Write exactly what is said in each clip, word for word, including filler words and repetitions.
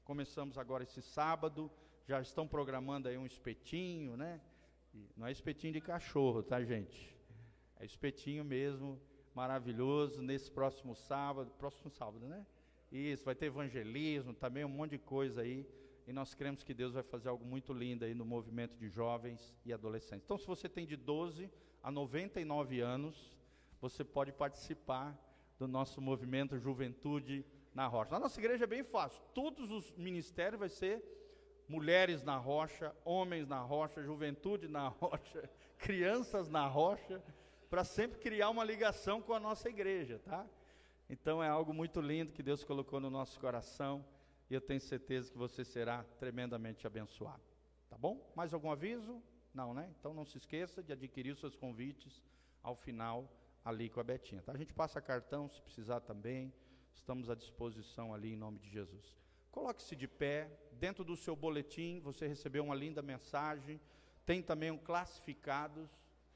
começamos agora esse sábado, já estão programando aí um espetinho, né? E não é espetinho de cachorro, tá, gente? É espetinho mesmo, maravilhoso, nesse próximo sábado, próximo sábado, né? Isso, vai ter evangelismo, também um monte de coisa aí, e nós cremos que Deus vai fazer algo muito lindo aí no movimento de jovens e adolescentes. Então, se você tem de doze a noventa e nove anos, você pode participar do nosso movimento Juventude na Rocha. Na nossa igreja é bem fácil, todos os ministérios vai ser mulheres na rocha, homens na rocha, juventude na rocha, crianças na rocha, para sempre criar uma ligação com a nossa igreja, tá? Então é algo muito lindo que Deus colocou no nosso coração, e eu tenho certeza que você será tremendamente abençoado, tá bom? Mais algum aviso? Não, né? Então não se esqueça de adquirir os seus convites ao final ali com a Betinha, tá? A gente passa cartão se precisar também, estamos à disposição ali em nome de Jesus. Coloque-se de pé, dentro do seu boletim você recebeu uma linda mensagem, tem também um classificados,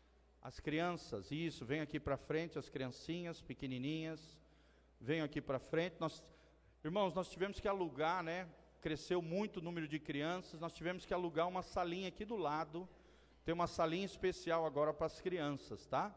as crianças, isso, vem aqui para frente, as criancinhas pequenininhas, venham aqui para frente. Nós, irmãos, nós tivemos que alugar, né, cresceu muito o número de crianças, nós tivemos que alugar uma salinha aqui do lado, tem uma salinha especial agora para as crianças, tá?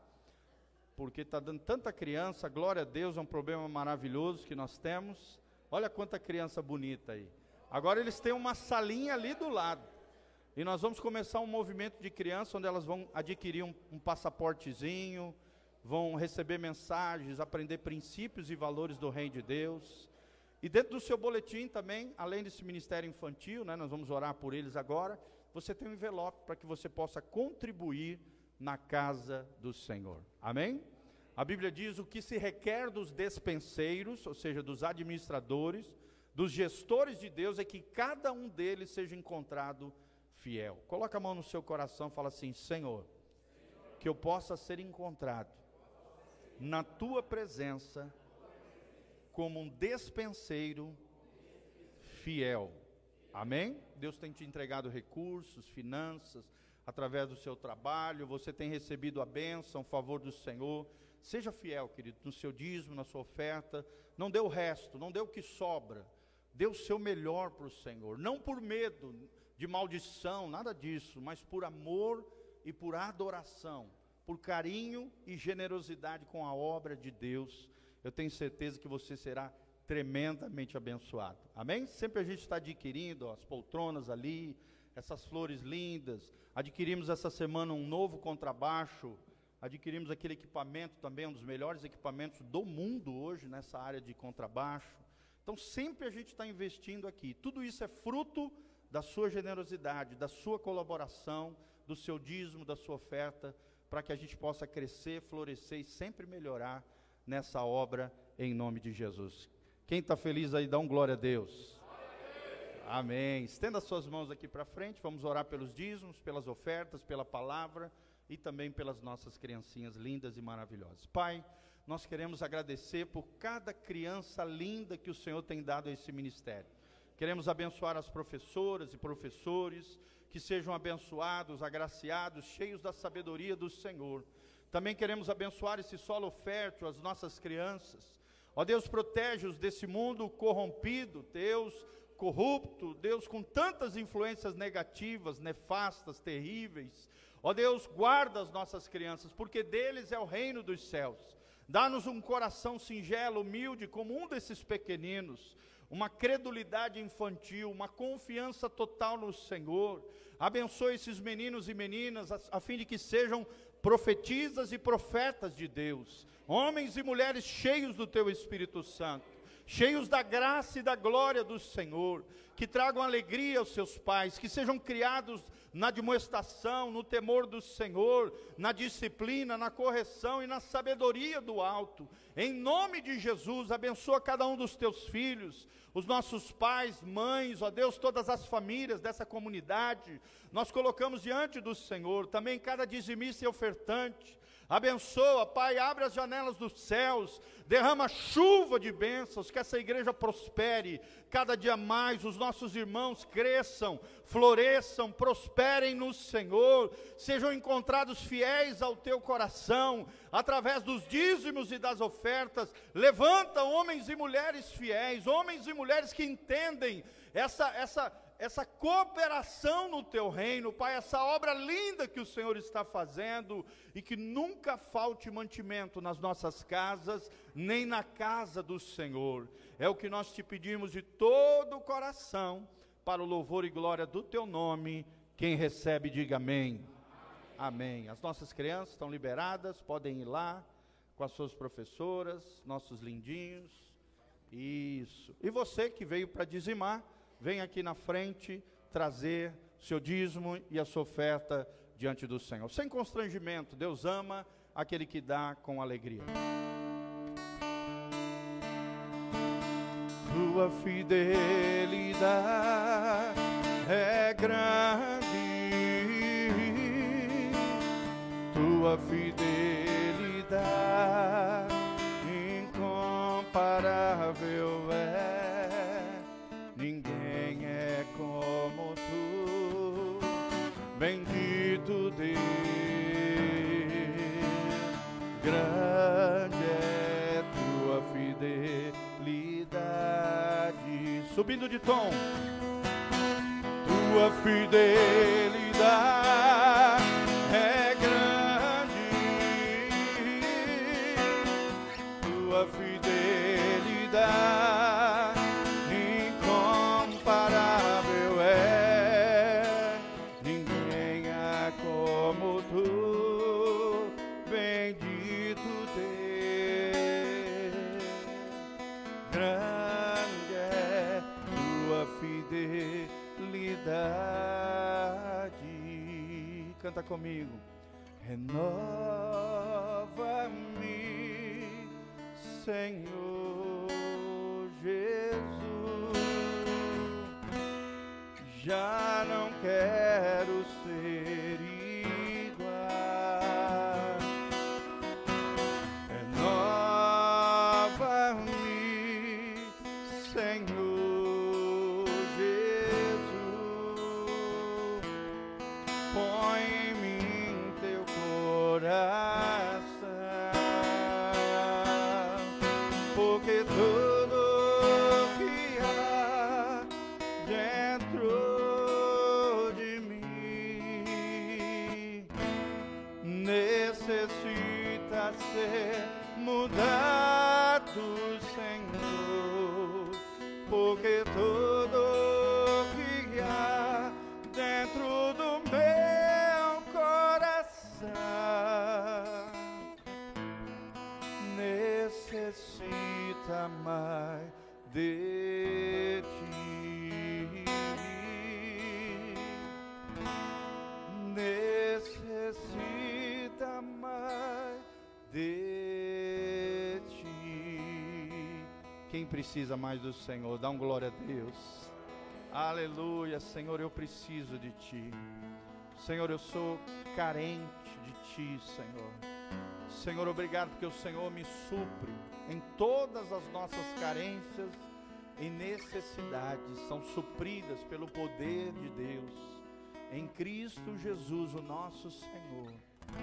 Porque está dando tanta criança, glória a Deus, é um problema maravilhoso que nós temos. Olha quanta criança bonita aí. Agora eles têm uma salinha ali do lado. E nós vamos começar um movimento de crianças, onde elas vão adquirir um, um passaportezinho, vão receber mensagens, aprender princípios e valores do reino de Deus. E dentro do seu boletim também, além desse ministério infantil, né, nós vamos orar por eles agora, você tem um envelope para que você possa contribuir na casa do Senhor. Amém? A Bíblia diz: o que se requer dos despenseiros, ou seja, dos administradores, dos gestores de Deus, é que cada um deles seja encontrado fiel. Coloca a mão no seu coração e fala assim: Senhor, que eu possa ser encontrado na tua presença como um despenseiro fiel. Amém? Deus tem te entregado recursos, finanças, através do seu trabalho, você tem recebido a bênção, o favor do Senhor. Seja fiel, querido, no seu dízimo, na sua oferta. Não dê o resto, não dê o que sobra. Dê o seu melhor para o Senhor. Não por medo de maldição, nada disso, mas por amor e por adoração, por carinho e generosidade com a obra de Deus. Eu tenho certeza que você será tremendamente abençoado. Amém? Sempre a gente está adquirindo ó, as poltronas ali, essas flores lindas. Adquirimos essa semana um novo contrabaixo. Adquirimos aquele equipamento também, um dos melhores equipamentos do mundo hoje, nessa área de contrabaixo. Então sempre a gente está investindo aqui. Tudo isso é fruto da sua generosidade, da sua colaboração, do seu dízimo, da sua oferta, para que a gente possa crescer, florescer e sempre melhorar nessa obra, em nome de Jesus. Quem está feliz aí, dá um glória a Deus. Amém. Estenda as suas mãos aqui para frente, vamos orar pelos dízimos, pelas ofertas, pela palavra e também pelas nossas criancinhas lindas e maravilhosas. Pai, nós queremos agradecer por cada criança linda que o Senhor tem dado a esse ministério. Queremos abençoar as professoras e professores, que sejam abençoados, agraciados, cheios da sabedoria do Senhor. Também queremos abençoar esse solo fértil, as nossas crianças. Ó Deus, protege-os desse mundo corrompido, Deus, corrupto, Deus, com tantas influências negativas, nefastas, terríveis. Ó Deus, guarda as nossas crianças, porque deles é o reino dos céus. Dá-nos um coração singelo, humilde, como um desses pequeninos, uma credulidade infantil, uma confiança total no Senhor. Abençoe esses meninos e meninas, a, a fim de que sejam profetisas e profetas de Deus, homens e mulheres cheios do teu Espírito Santo, cheios da graça e da glória do Senhor, que tragam alegria aos seus pais, que sejam criados na admoestação, no temor do Senhor, na disciplina, na correção e na sabedoria do alto. Em nome de Jesus, abençoa cada um dos teus filhos, os nossos pais, mães, ó Deus, todas as famílias dessa comunidade. Nós colocamos diante do Senhor também cada dizimista e ofertante. Abençoa, Pai, abre as janelas dos céus, derrama chuva de bênçãos, que essa igreja prospere cada dia mais, os nossos irmãos cresçam, floresçam, prosperem no Senhor, sejam encontrados fiéis ao teu coração, através dos dízimos e das ofertas. Levanta homens e mulheres fiéis, homens e mulheres que entendem essa, essa, essa cooperação no teu reino, Pai, essa obra linda que o Senhor está fazendo, e que nunca falte mantimento nas nossas casas, nem na casa do Senhor. É o que nós te pedimos de todo o coração, para o louvor e glória do teu nome. Quem recebe, diga amém. Amém. As nossas crianças estão liberadas, podem ir lá com as suas professoras, nossos lindinhos. Isso. E você que veio para dizimar, vem aqui na frente trazer seu dízimo e a sua oferta diante do Senhor. Sem constrangimento, Deus ama aquele que dá com alegria. Tua fidelidade é grande, tua fidelidade incomparável é, ninguém é como tu, bendito Deus, grande é tua fidelidade. Subindo de tom, tua fidelidade é grande, tua fidelidade incomparável é, ninguém é como tu, bendito Deus, grande é tua fidelidade. Canta comigo. Renova-me, Senhor Jesus, já não quero ser igual. Renova-me, Senhor Jesus, põe em mim teu coração, porque tudo que há dentro de mim necessita ser mudado, Senhor, porque tudo que há dentro do meu coração necessita mais de ti, necessita mais de ti. Quem precisa mais do Senhor? Dá um glória a Deus. Aleluia. Senhor, eu preciso de ti. Senhor, eu sou carente de ti, Senhor. Senhor, obrigado porque o Senhor me supre em todas as nossas carências e necessidades, são supridas pelo poder de Deus, em Cristo Jesus, o nosso Senhor.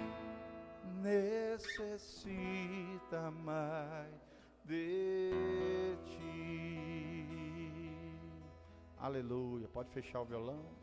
Necessita mais de ti. Aleluia. Pode fechar o violão.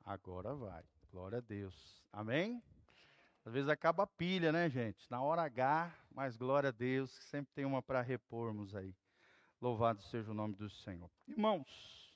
Agora vai. Glória a Deus. Amém? Às vezes acaba a pilha, né, gente? Na hora H, mas glória a Deus, sempre tem uma para repormos aí. Louvado seja o nome do Senhor. Irmãos,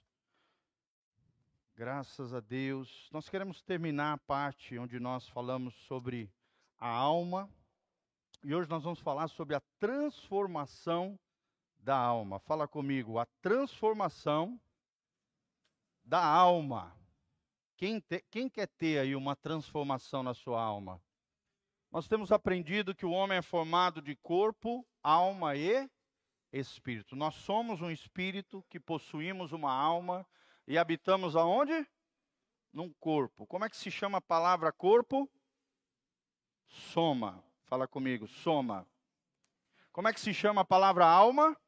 graças a Deus, nós queremos terminar a parte onde nós falamos sobre a alma. E hoje nós vamos falar sobre a transformação da alma. Fala comigo, a transformação da alma. Quem, te, quem quer ter aí uma transformação na sua alma? Nós temos aprendido que o homem é formado de corpo, alma e espírito. Nós somos um espírito que possuímos uma alma e habitamos aonde? Num corpo. Como é que se chama a palavra corpo? Soma. Fala comigo, soma. Como é que se chama a palavra alma?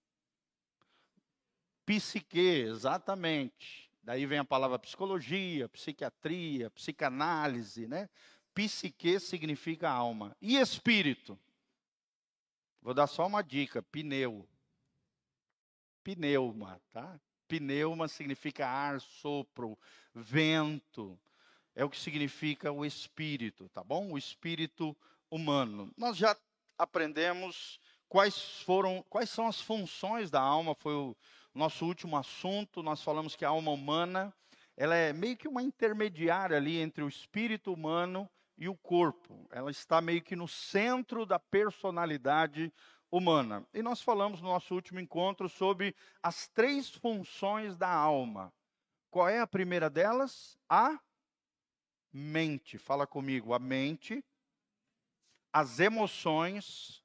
Psique, exatamente. Daí vem a palavra psicologia, psiquiatria, psicanálise, né? Psique significa alma. E espírito? Vou dar só uma dica, pneu. Pneuma, tá? Pneuma significa ar, sopro, vento. É o que significa o espírito, tá bom? O espírito humano. Nós já aprendemos quais foram, quais são as funções da alma, foi o nosso último assunto. Nós falamos que a alma humana, ela é meio que uma intermediária ali entre o espírito humano e o corpo. Ela está meio que no centro da personalidade humana. E nós falamos no nosso último encontro sobre as três funções da alma. Qual é a primeira delas? A mente. Fala comigo, a mente, as emoções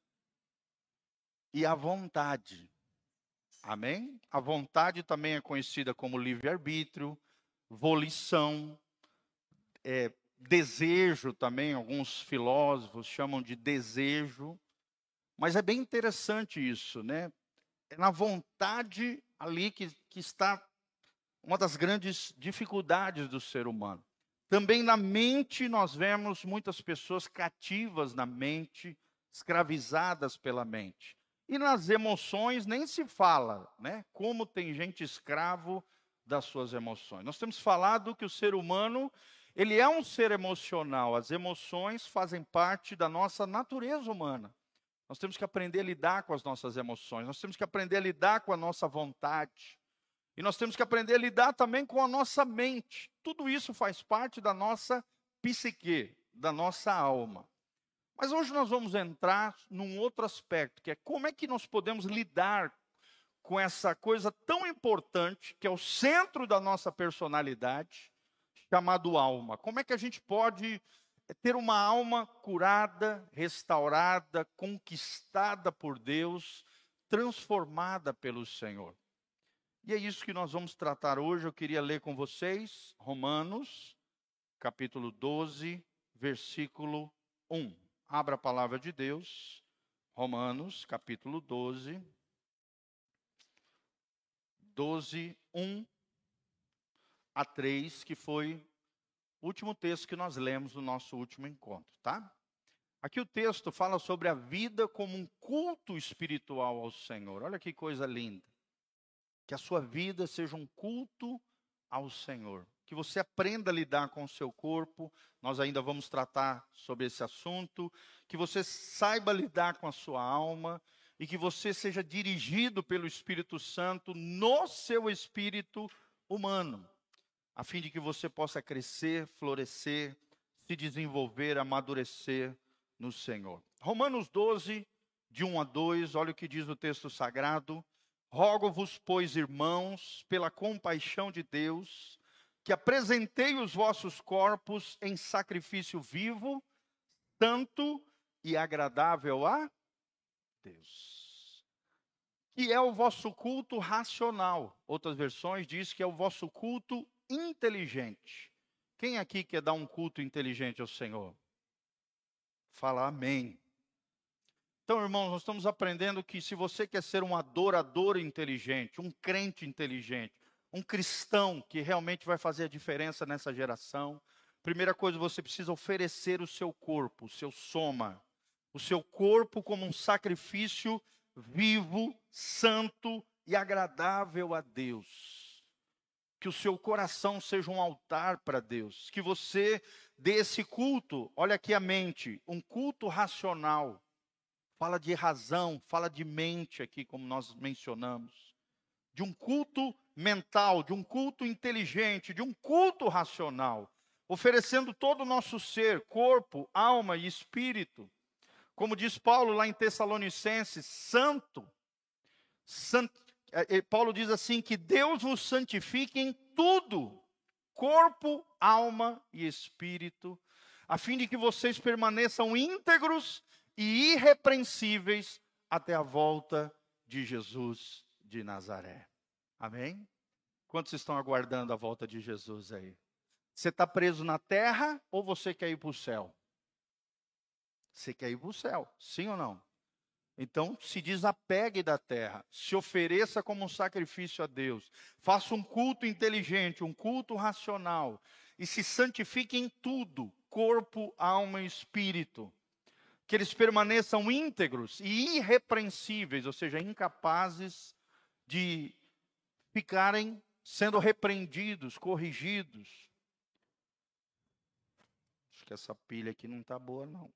e a vontade. Amém? A vontade também é conhecida como livre-arbítrio, volição, é, desejo também, alguns filósofos chamam de desejo. Mas é bem interessante isso, né? É na vontade ali que, que está uma das grandes dificuldades do ser humano. Também na mente nós vemos muitas pessoas cativas na mente, escravizadas pela mente. E nas emoções nem se fala, né? Como tem gente escravo das suas emoções. Nós temos falado que o ser humano, ele é um ser emocional. As emoções fazem parte da nossa natureza humana. Nós temos que aprender a lidar com as nossas emoções. Nós temos que aprender a lidar com a nossa vontade. E nós temos que aprender a lidar também com a nossa mente. Tudo isso faz parte da nossa psique, da nossa alma. Mas hoje nós vamos entrar num outro aspecto, que é como é que nós podemos lidar com essa coisa tão importante, que é o centro da nossa personalidade, chamado alma. Como é que a gente pode ter uma alma curada, restaurada, conquistada por Deus, transformada pelo Senhor? E é isso que nós vamos tratar hoje. Eu queria ler com vocês Romanos, capítulo doze, versículo um. Abra a palavra de Deus, Romanos, capítulo doze, doze, um a três, que foi o último texto que nós lemos no nosso último encontro, tá? Aqui o texto fala sobre a vida como um culto espiritual ao Senhor. Olha que coisa linda. Que a sua vida seja um culto ao Senhor. Que você aprenda a lidar com o seu corpo. Nós ainda vamos tratar sobre esse assunto. Que você saiba lidar com a sua alma. E que você seja dirigido pelo Espírito Santo no seu espírito humano. A fim de que você possa crescer, florescer, se desenvolver, amadurecer no Senhor. Romanos doze, de um a dois, olha o que diz o texto sagrado. Rogo-vos, pois, irmãos, pela compaixão de Deus, que apresentei os vossos corpos em sacrifício vivo, santo e agradável a Deus. Que é o vosso culto racional. Outras versões diz que é o vosso culto inteligente. Quem aqui quer dar um culto inteligente ao Senhor? Fala amém. Então, irmãos, nós estamos aprendendo que se você quer ser um adorador inteligente, um crente inteligente, um cristão que realmente vai fazer a diferença nessa geração, primeira coisa, você precisa oferecer o seu corpo, o seu soma, o seu corpo como um sacrifício vivo, santo e agradável a Deus. que o seu coração seja um altar para Deus, que você dê esse culto, olha aqui a mente, um culto racional, fala de razão, fala de mente aqui, como nós mencionamos, de um culto mental, de um culto inteligente, de um culto racional, oferecendo todo o nosso ser, corpo, alma e espírito, como diz Paulo lá em Tessalonicenses, santo, santo, Paulo diz assim, que Deus vos santifique em tudo, corpo, alma e espírito, a fim de que vocês permaneçam íntegros e irrepreensíveis até a volta de Jesus de Nazaré. Amém? Quantos estão aguardando a volta de Jesus aí? Você está preso na terra ou você quer ir para o céu? Você quer ir para o céu, sim ou não? Então, se desapegue da terra, se ofereça como um sacrifício a Deus, faça um culto inteligente, um culto racional, e se santifique em tudo, corpo, alma e espírito, que eles permaneçam íntegros e irrepreensíveis, ou seja, incapazes de ficarem sendo repreendidos, corrigidos. Acho que essa pilha aqui não está boa, não.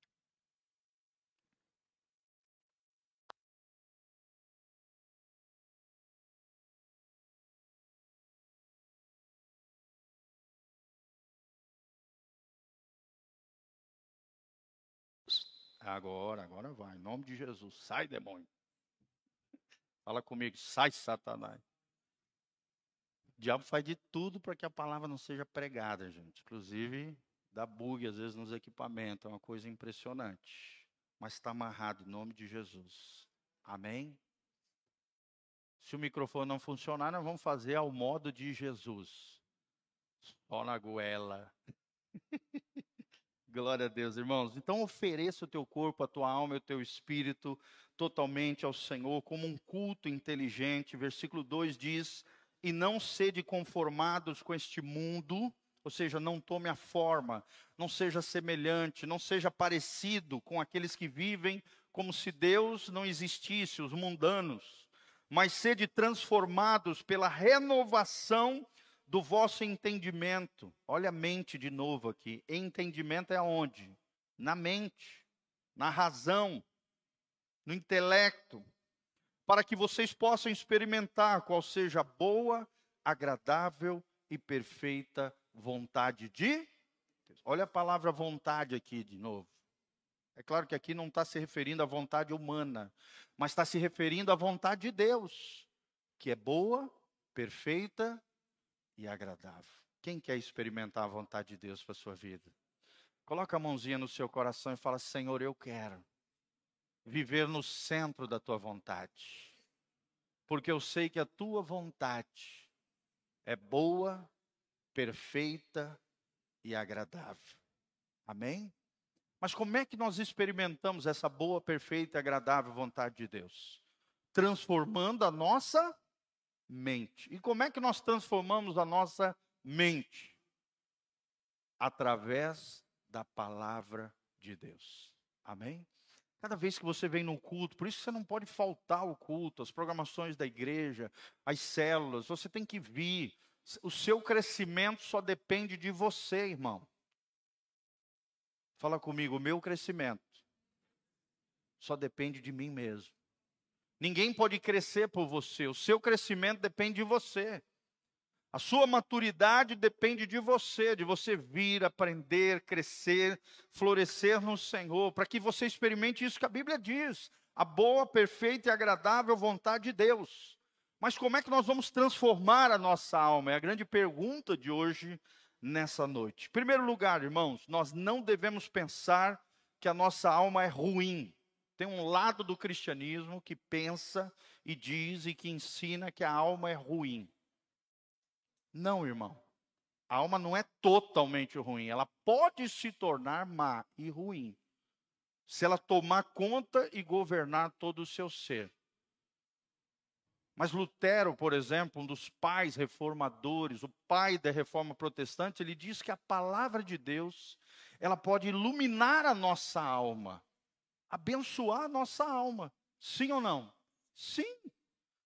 Agora, agora vai. Em nome de Jesus. Sai, demônio. Fala comigo. Sai, Satanás. O diabo faz de tudo para que a palavra não seja pregada, gente. Inclusive, dá bug, às vezes, nos equipamentos. É uma coisa impressionante. Mas está amarrado em nome de Jesus. Amém? Se o microfone não funcionar, nós vamos fazer ao modo de Jesus. Só na goela. Glória a Deus, irmãos. Então ofereça o teu corpo, a tua alma e o teu espírito totalmente ao Senhor, como um culto inteligente. Versículo dois diz, e não sede conformados com este mundo, ou seja, não tome a forma, não seja semelhante, não seja parecido com aqueles que vivem como se Deus não existisse, os mundanos, mas sede transformados pela renovação do vosso entendimento. Olha a mente de novo aqui. Entendimento é aonde? Na mente, na razão, no intelecto, para que vocês possam experimentar qual seja a boa, agradável e perfeita vontade de Deus. Olha a palavra vontade aqui de novo. É claro que aqui não está se referindo à vontade humana, mas está se referindo à vontade de Deus, que é boa, perfeita e agradável. Quem quer experimentar a vontade de Deus para a sua vida? Coloca a mãozinha no seu coração e fala, Senhor, eu quero viver no centro da tua vontade, porque eu sei que a tua vontade é boa, perfeita e agradável. Amém? Mas como é que nós experimentamos essa boa, perfeita e agradável vontade de Deus? Transformando a nossa mente. E como é que nós transformamos a nossa mente? Através da palavra de Deus. Amém? Cada vez que você vem no culto, por isso que você não pode faltar ao culto, as programações da igreja, as células, você tem que vir. O seu crescimento só depende de você, irmão. Fala comigo, o meu crescimento só depende de mim mesmo. Ninguém pode crescer por você, o seu crescimento depende de você. A sua maturidade depende de você, de você vir, aprender, crescer, florescer no Senhor, para que você experimente isso que a Bíblia diz, a boa, perfeita e agradável vontade de Deus. Mas como é que nós vamos transformar a nossa alma? É a grande pergunta de hoje, nessa noite. Em primeiro lugar, irmãos, nós não devemos pensar que a nossa alma é ruim. Tem um lado do cristianismo que pensa e diz e que ensina que a alma é ruim. Não, irmão. A alma não é totalmente ruim. Ela pode se tornar má e ruim, se ela tomar conta e governar todo o seu ser. Mas Lutero, por exemplo, um dos pais reformadores, o pai da reforma protestante, ele diz que a palavra de Deus, ela pode iluminar a nossa alma, abençoar a nossa alma. Sim ou não? Sim.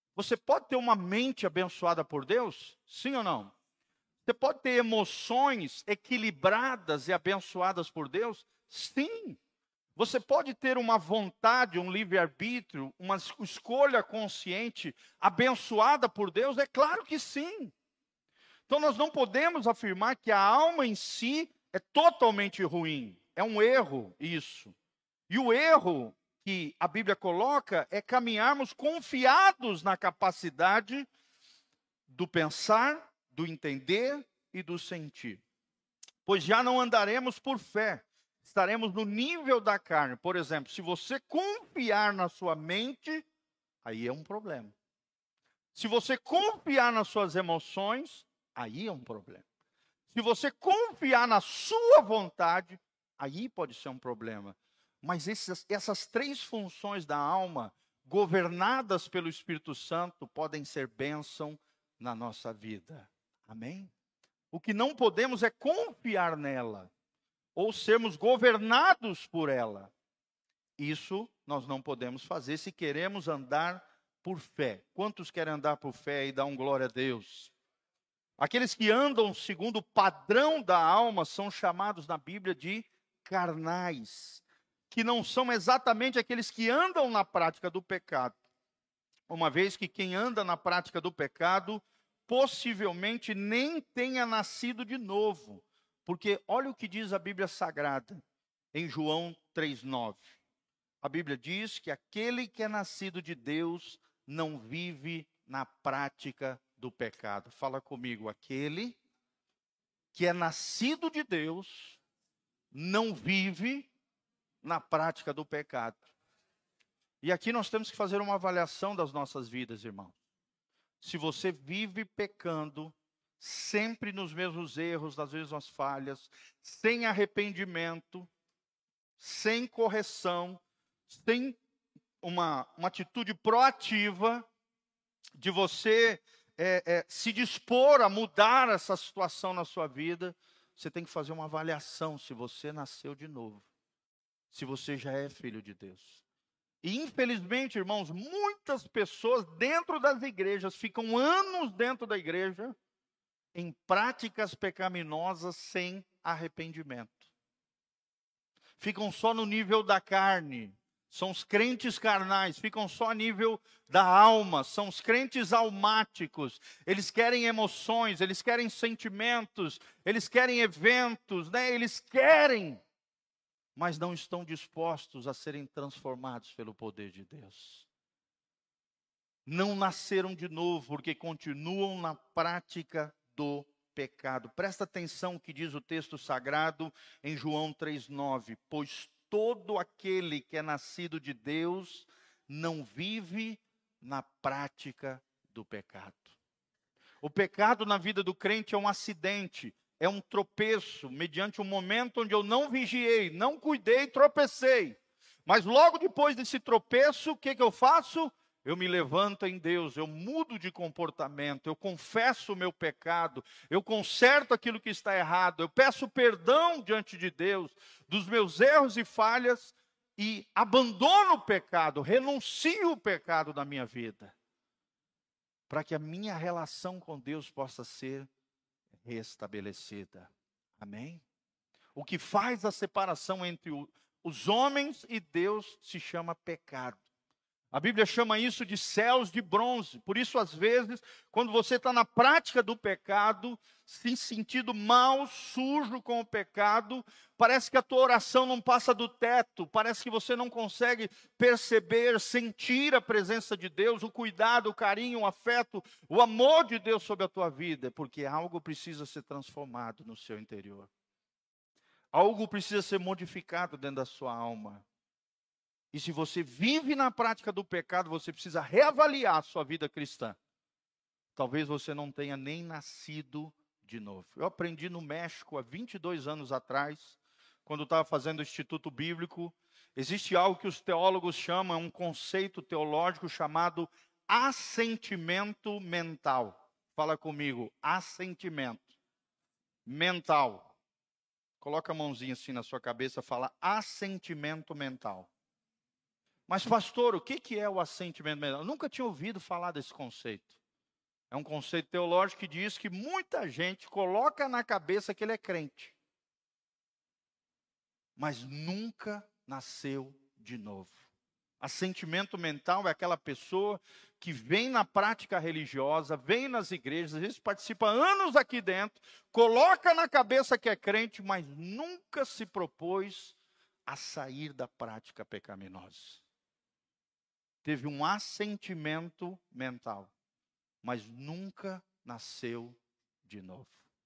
Você pode ter uma mente abençoada por Deus? Sim ou não? Você pode ter emoções equilibradas e abençoadas por Deus? Sim. Você pode ter uma vontade, um livre-arbítrio, uma escolha consciente abençoada por Deus? É claro que sim. Então nós não podemos afirmar que a alma em si é totalmente ruim. É um erro isso. E o erro que a Bíblia coloca é caminharmos confiados na capacidade do pensar, do entender e do sentir. Pois já não andaremos por fé, estaremos no nível da carne. Por exemplo, se você confiar na sua mente, aí é um problema. Se você confiar nas suas emoções, aí é um problema. Se você confiar na sua vontade, aí pode ser um problema. Mas esses, essas três funções da alma, governadas pelo Espírito Santo, podem ser bênção na nossa vida. Amém? O que não podemos é confiar nela, ou sermos governados por ela. Isso nós não podemos fazer se queremos andar por fé. Quantos querem andar por fé e dar um glória a Deus? Aqueles que andam segundo o padrão da alma são chamados na Bíblia de carnais, que não são exatamente aqueles que andam na prática do pecado. Uma vez que quem anda na prática do pecado, possivelmente nem tenha nascido de novo. Porque olha o que diz a Bíblia Sagrada, em João três, nove. A Bíblia diz que aquele que é nascido de Deus não vive na prática do pecado. Fala comigo, aquele que é nascido de Deus não vive na prática do pecado. E aqui nós temos que fazer uma avaliação das nossas vidas, irmãos. Se você vive pecando, sempre nos mesmos erros, nas mesmas falhas, sem arrependimento, sem correção, sem uma, uma atitude proativa de você é, é, se dispor a mudar essa situação na sua vida, você tem que fazer uma avaliação se você nasceu de novo, se você já é filho de Deus. E infelizmente, irmãos, muitas pessoas dentro das igrejas ficam anos dentro da igreja em práticas pecaminosas sem arrependimento. Ficam só no nível da carne. São os crentes carnais, ficam só a nível da alma, são os crentes almáticos. Eles querem emoções, eles querem sentimentos, eles querem eventos, né? Eles querem, mas não estão dispostos a serem transformados pelo poder de Deus. Não nasceram de novo, porque continuam na prática do pecado. Presta atenção o que diz o texto sagrado em João três, nove. Pois todo aquele que é nascido de Deus não vive na prática do pecado. O pecado na vida do crente é um acidente, é um tropeço, mediante um momento onde eu não vigiei, não cuidei, tropecei. Mas logo depois desse tropeço, o que, que eu faço? Eu me levanto em Deus, eu mudo de comportamento, eu confesso o meu pecado, eu conserto aquilo que está errado, eu peço perdão diante de Deus dos meus erros e falhas e abandono o pecado, renuncio o pecado da minha vida, para que a minha relação com Deus possa ser restabelecida. Amém? O que faz a separação entre o, os homens e Deus se chama pecado. A Bíblia chama isso de céus de bronze. Por isso, às vezes, quando você está na prática do pecado, se sentindo mal, sujo com o pecado, parece que a tua oração não passa do teto, parece que você não consegue perceber, sentir a presença de Deus, o cuidado, o carinho, o afeto, o amor de Deus sobre a tua vida, porque algo precisa ser transformado no seu interior. Algo precisa ser modificado dentro da sua alma. E se você vive na prática do pecado, você precisa reavaliar a sua vida cristã. Talvez você não tenha nem nascido de novo. Eu aprendi no México há vinte e dois anos atrás, quando estava fazendo o Instituto Bíblico. Existe algo que os teólogos chamam, um conceito teológico chamado assentimento mental. Fala comigo, assentimento mental. Coloca a mãozinha assim na sua cabeça, fala assentimento mental. Mas pastor, o que é o assentimento mental? Eu nunca tinha ouvido falar desse conceito. É um conceito teológico que diz que muita gente coloca na cabeça que ele é crente, mas nunca nasceu de novo. Assentimento mental é aquela pessoa que vem na prática religiosa, vem nas igrejas, às vezes participa anos aqui dentro, coloca na cabeça que é crente, mas nunca se propôs a sair da prática pecaminosa. Teve um assentimento mental, mas nunca nasceu de novo.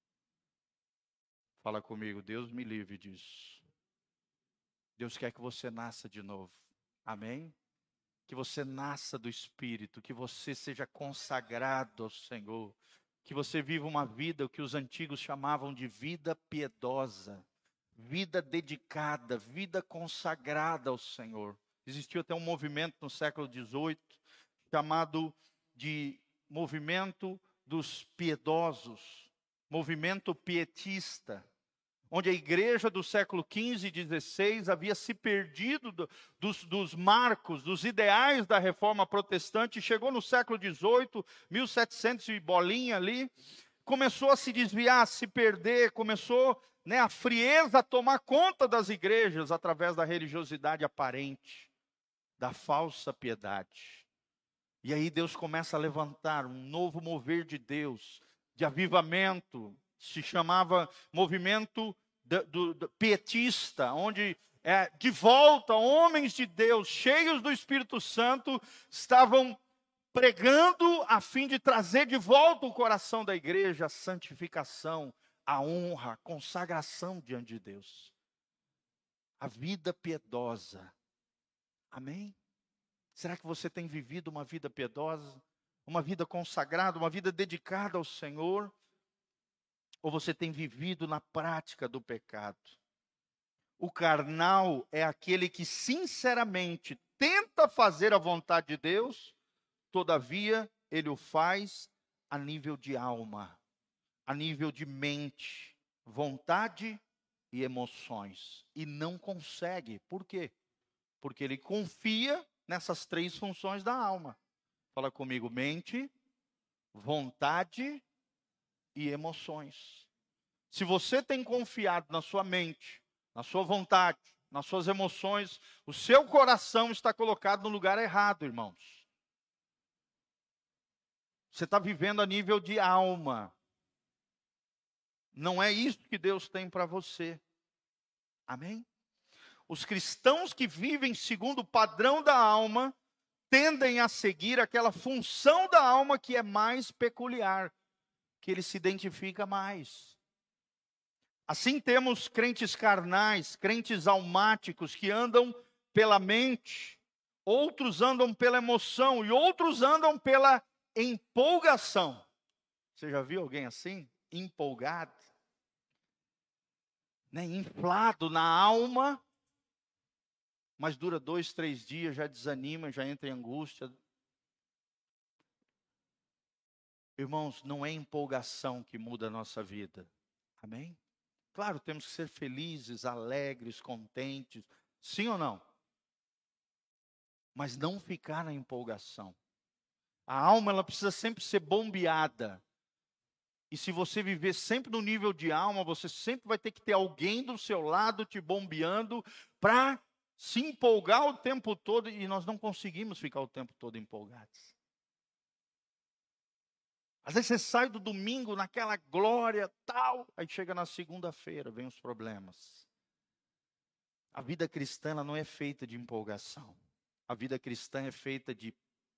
Fala comigo, Deus me livre disso. Deus quer que você nasça de novo. Amém? Que você nasça do Espírito, que você seja consagrado ao Senhor, que você viva uma vida, o que os antigos chamavam de vida piedosa, vida dedicada, vida consagrada ao Senhor. Existiu até um movimento no século dezoito, chamado de movimento dos piedosos, movimento pietista, onde a igreja do século quinze e dezesseis havia se perdido do, dos, dos marcos, dos ideais da reforma protestante, chegou no século dezoito, mil e setecentos e bolinha ali, começou a se desviar, a se perder, começou, né, a frieza a tomar conta das igrejas através da religiosidade aparente, da falsa piedade. E aí Deus começa a levantar um novo mover de Deus, de avivamento, se chamava movimento do, do, do pietista, onde é, de volta homens de Deus, cheios do Espírito Santo, estavam pregando a fim de trazer de volta o coração da igreja, a santificação, a honra, a consagração diante de Deus. A vida piedosa. Amém? Será que você tem vivido uma vida piedosa? Uma vida consagrada, uma vida dedicada ao Senhor? Ou você tem vivido na prática do pecado? O carnal é aquele que sinceramente tenta fazer a vontade de Deus, todavia ele o faz a nível de alma, a nível de mente, vontade e emoções. E não consegue. Por quê? Porque ele confia nessas três funções da alma. Fala comigo, mente, vontade e emoções. Se você tem confiado na sua mente, na sua vontade, nas suas emoções, o seu coração está colocado no lugar errado, irmãos. Você está vivendo a nível de alma. Não é isso que Deus tem para você. Amém? Os cristãos que vivem segundo o padrão da alma, tendem a seguir aquela função da alma que é mais peculiar, que ele se identifica mais. Assim temos crentes carnais, crentes almáticos, que andam pela mente, outros andam pela emoção e outros andam pela empolgação. Você já viu alguém assim? Empolgado? Né? Inflado na alma, mas dura dois, três dias, já desanima, já entra em angústia. Irmãos, não é empolgação que muda a nossa vida. Amém? Claro, temos que ser felizes, alegres, contentes. Sim ou não? Mas não ficar na empolgação. A alma, ela precisa sempre ser bombeada. E se você viver sempre no nível de alma, você sempre vai ter que ter alguém do seu lado te bombeando para se empolgar o tempo todo. E nós não conseguimos ficar o tempo todo empolgados. Às vezes você sai do domingo naquela glória tal, aí chega na segunda-feira, vem os problemas. A vida cristã ela não é feita de empolgação. A vida cristã é feita de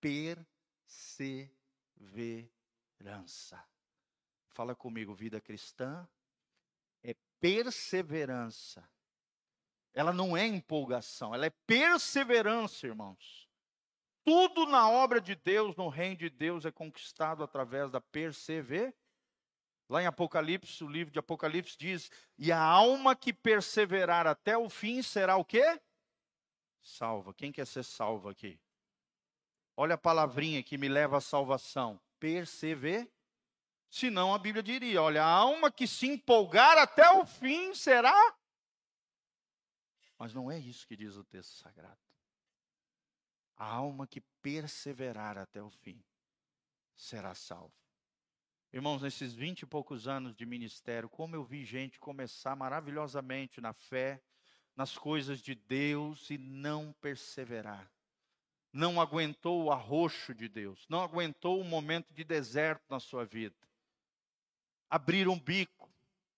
perseverança. Fala comigo, vida cristã é perseverança. Ela não é empolgação, ela é perseverança, irmãos. Tudo na obra de Deus, no reino de Deus, é conquistado através da perseverança. Lá em Apocalipse, o livro de Apocalipse diz, e a alma que perseverar até o fim será o quê? Salva. Quem quer ser salvo aqui? Olha a palavrinha que me leva à salvação. Perseverar. Senão a Bíblia diria, olha, a alma que se empolgar até o fim será. Mas não é isso que diz o texto sagrado. A alma que perseverar até o fim será salva. Irmãos, nesses vinte e poucos anos de ministério, como eu vi gente começar maravilhosamente na fé, nas coisas de Deus e não perseverar. Não aguentou o arroxo de Deus, não aguentou o momento de deserto na sua vida. Abriram um bico.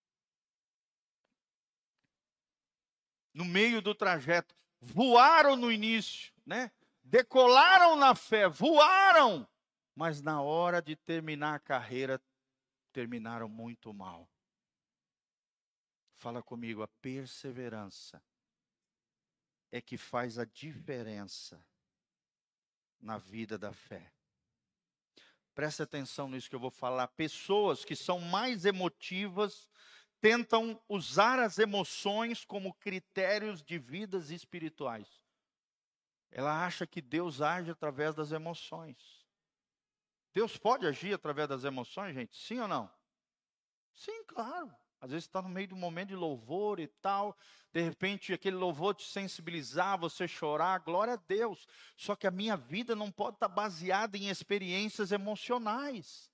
No meio do trajeto, voaram no início, né? Decolaram na fé, voaram, mas na hora de terminar a carreira, terminaram muito mal. Fala comigo, a perseverança é que faz a diferença na vida da fé. Preste atenção nisso que eu vou falar. Pessoas que são mais emotivas tentam usar as emoções como critérios de vidas espirituais. Ela acha que Deus age através das emoções. Deus pode agir através das emoções, gente? Sim ou não? Sim, claro. Às vezes está no meio de um momento de louvor e tal, de repente aquele louvor te sensibilizar, você chorar, glória a Deus. Só que a minha vida não pode estar baseada em experiências emocionais.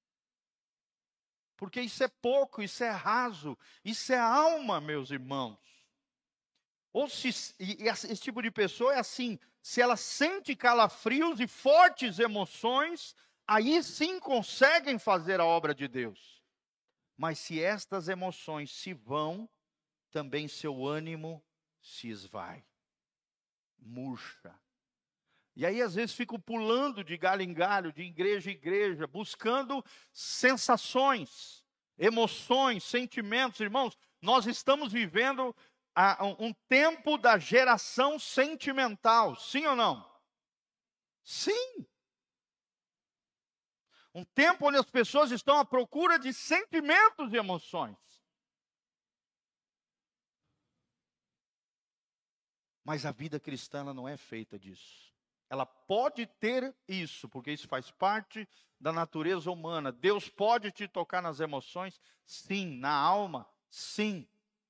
Porque isso é pouco, isso é raso, isso é alma, meus irmãos. Ou se, e esse tipo de pessoa é assim, se ela sente calafrios e fortes emoções, aí sim conseguem fazer a obra de Deus. Mas se estas emoções se vão, também seu ânimo se esvai, murcha. E aí às vezes fico pulando de galho em galho, de igreja em igreja, buscando sensações, emoções, sentimentos. Irmãos, nós estamos vivendo a, um, um tempo da geração sentimental, sim ou não? Sim. Um tempo onde as pessoas estão à procura de sentimentos e emoções. Mas a vida cristã não é feita disso. Ela pode ter isso, porque isso faz parte da natureza humana. Deus pode te tocar nas emoções, sim. Na alma, sim.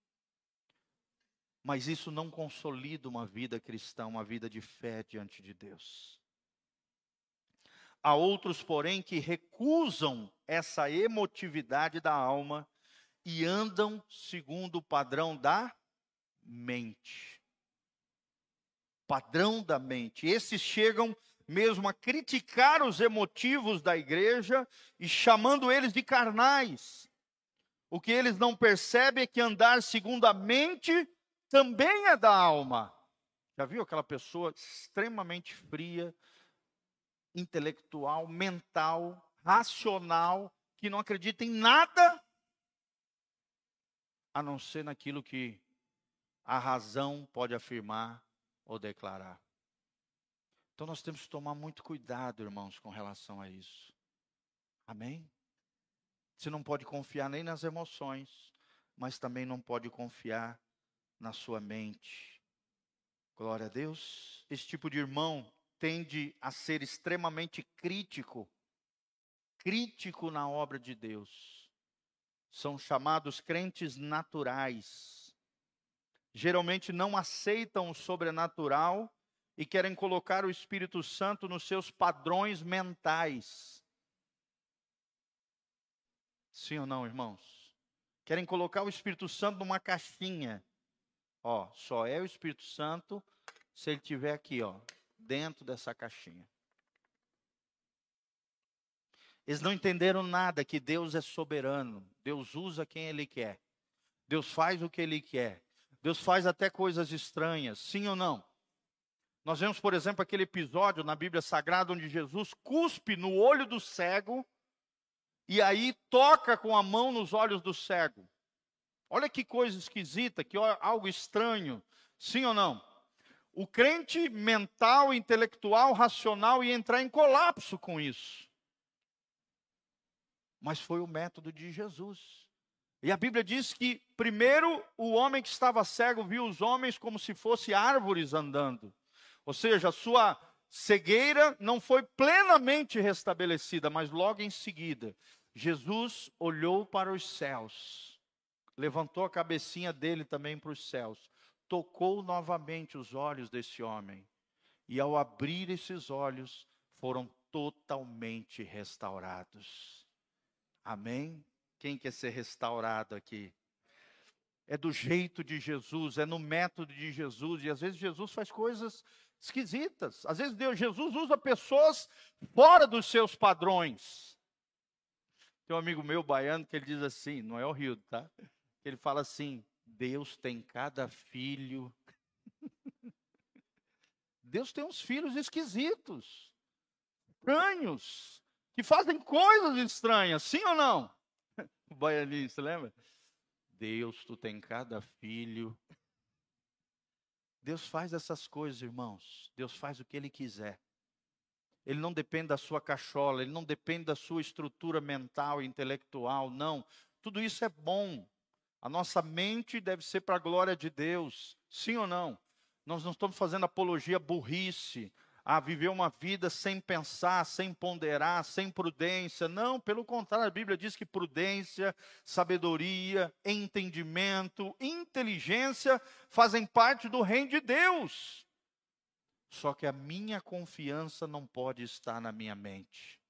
Mas isso não consolida uma vida cristã, uma vida de fé diante de Deus. Há outros, porém, que recusam essa emotividade da alma e andam segundo o padrão da mente. Padrão da mente. Esses chegam mesmo a criticar os emotivos da igreja e chamando eles de carnais. O que eles não percebem é que andar segundo a mente também é da alma. Já viu aquela pessoa extremamente fria, intelectual, mental, racional, que não acredita em nada, a não ser naquilo que a razão pode afirmar ou declarar. Então nós temos que tomar muito cuidado, irmãos, com relação a isso. Amém? Você não pode confiar nem nas emoções, mas também não pode confiar na sua mente. Glória a Deus. Esse tipo de irmão tende a ser extremamente crítico, crítico na obra de Deus. São chamados crentes naturais. Geralmente não aceitam o sobrenatural e querem colocar o Espírito Santo nos seus padrões mentais. Sim ou não, irmãos? Querem colocar o Espírito Santo numa caixinha. Ó, só é o Espírito Santo se ele estiver aqui, ó, dentro dessa caixinha. Eles não entenderam nada, que Deus é soberano. Deus usa quem Ele quer. Deus faz o que Ele quer. Deus faz até coisas estranhas, sim ou não? Nós vemos, por exemplo, aquele episódio na Bíblia Sagrada onde Jesus cuspe no olho do cego e aí toca com a mão nos olhos do cego. Olha que coisa esquisita, que algo estranho, sim ou não? O crente mental, intelectual, racional ia entrar em colapso com isso. Mas foi o método de Jesus. E a Bíblia diz que, primeiro, o homem que estava cego viu os homens como se fossem árvores andando. Ou seja, a sua cegueira não foi plenamente restabelecida, mas logo em seguida, Jesus olhou para os céus, levantou a cabecinha dele também para os céus, tocou novamente os olhos desse homem. E ao abrir esses olhos, foram totalmente restaurados. Amém? Quem quer ser restaurado aqui? É do jeito de Jesus, é no método de Jesus. E às vezes Jesus faz coisas esquisitas. Às vezes Deus, Jesus usa pessoas fora dos seus padrões. Tem um amigo meu, baiano, que ele diz assim, não é o Rio, tá? Ele fala assim, Deus tem cada filho. Deus tem uns filhos esquisitos, estranhos, que fazem coisas estranhas, sim ou não? O baianinho, você lembra? Deus, tu tem cada filho. Deus faz essas coisas, irmãos. Deus faz o que Ele quiser. Ele não depende da sua cachola, Ele não depende da sua estrutura mental e intelectual, não. Tudo isso é bom. A nossa mente deve ser para a glória de Deus, sim ou não? Nós não estamos fazendo apologia à burrice, a viver uma vida sem pensar, sem ponderar, sem prudência. Não, pelo contrário, a Bíblia diz que prudência, sabedoria, entendimento, inteligência fazem parte do reino de Deus. Só que a minha confiança não pode estar na minha mente.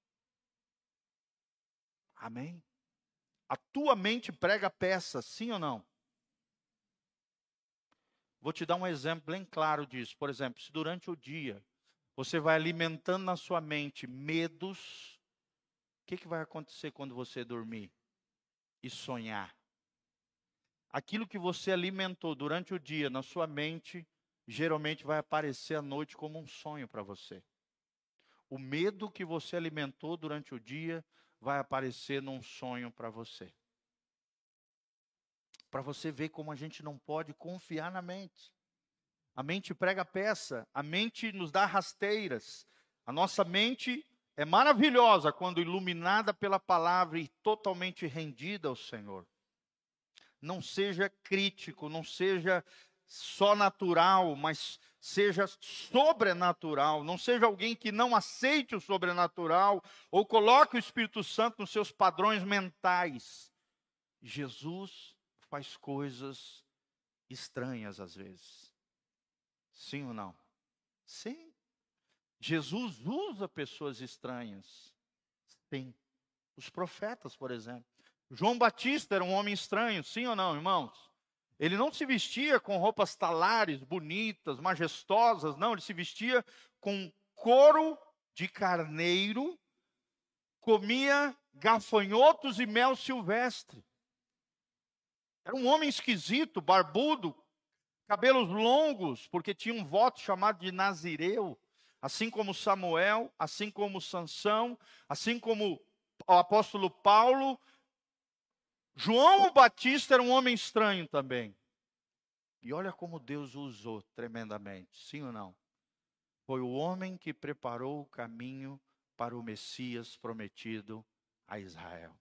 Amém? A tua mente prega peça, sim ou não? Vou te dar um exemplo bem claro disso. Por exemplo, se durante o dia você vai alimentando na sua mente medos, o que, que vai acontecer quando você dormir e sonhar? Aquilo que você alimentou durante o dia na sua mente, geralmente vai aparecer à noite como um sonho para você. O medo que você alimentou durante o dia vai aparecer num sonho para você. Para você ver como a gente não pode confiar na mente. A mente prega peça, a mente nos dá rasteiras. A nossa mente é maravilhosa quando iluminada pela palavra e totalmente rendida ao Senhor. Não seja crítico, não seja só natural, mas seja sobrenatural. Não seja alguém que não aceite o sobrenatural ou coloque o Espírito Santo nos seus padrões mentais. Jesus faz coisas estranhas às vezes. Sim ou não? Sim. Jesus usa pessoas estranhas. Sim. Os profetas, por exemplo. João Batista era um homem estranho, sim ou não, irmãos? Ele não se vestia com roupas talares, bonitas, majestosas, não. Ele se vestia com couro de carneiro, comia gafanhotos e mel silvestre. Era um homem esquisito, barbudo, cabelos longos, porque tinha um voto chamado de Nazireu, assim como Samuel, assim como Sansão, assim como o apóstolo Paulo. João o Batista era um homem estranho também. E olha como Deus o usou tremendamente, sim ou não? Foi o homem que preparou o caminho para o Messias prometido a Israel.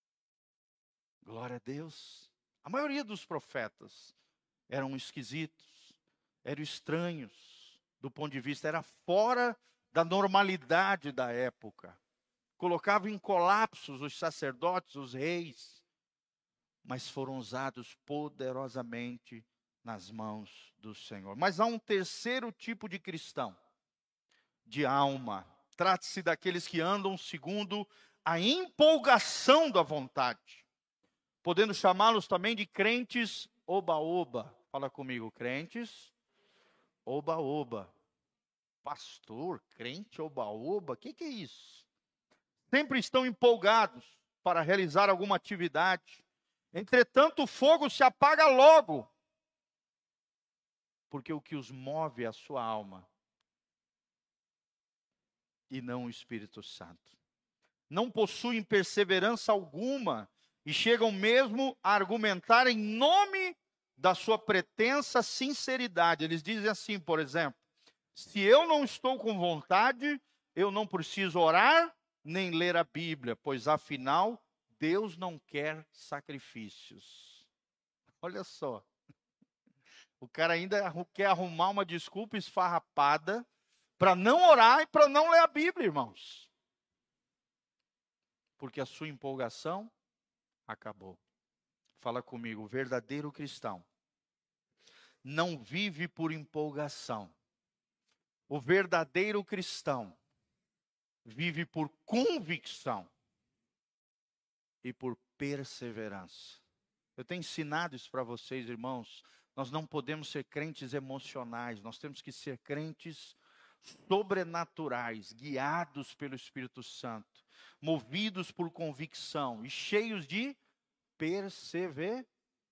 Glória a Deus. A maioria dos profetas eram esquisitos, eram estranhos, do ponto de vista, era fora da normalidade da época. Colocavam em colapsos os sacerdotes, os reis, mas foram usados poderosamente nas mãos do Senhor. Mas há um terceiro tipo de cristão, de alma. Trata-se daqueles que andam segundo a empolgação da vontade, podendo chamá-los também de crentes oba-oba. Fala comigo, crentes oba-oba. Pastor, crente oba-oba, o que, que é isso? Sempre estão empolgados para realizar alguma atividade. Entretanto, o fogo se apaga logo, porque o que os move é a sua alma e não o Espírito Santo. Não possuem perseverança alguma e chegam mesmo a argumentar em nome da sua pretensa sinceridade. Eles dizem assim, por exemplo, se eu não estou com vontade, eu não preciso orar nem ler a Bíblia, pois afinal Deus não quer sacrifícios. Olha só. O cara ainda quer arrumar uma desculpa esfarrapada para não orar e para não ler a Bíblia, irmãos. Porque a sua empolgação acabou. Fala comigo, o verdadeiro cristão não vive por empolgação, O verdadeiro cristão vive por convicção e por perseverança. Eu tenho ensinado isso para vocês, irmãos. Nós não podemos ser crentes emocionais, nós temos que ser crentes sobrenaturais, guiados pelo Espírito Santo, movidos por convicção e cheios de perseverança.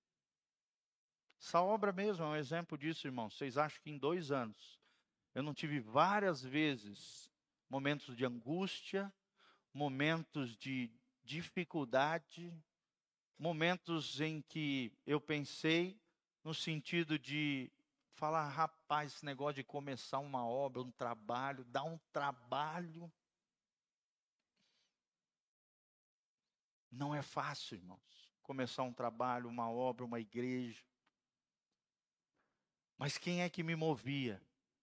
Essa obra mesmo é um exemplo disso, irmãos. Vocês acham que em dois anos eu não tive várias vezes momentos de angústia, momentos de dificuldade, momentos em que eu pensei no sentido de falar, rapaz, esse negócio de começar uma obra, um trabalho, dá um trabalho. Não é fácil, irmãos, começar um trabalho, uma obra, uma igreja. Mas quem é que me movia?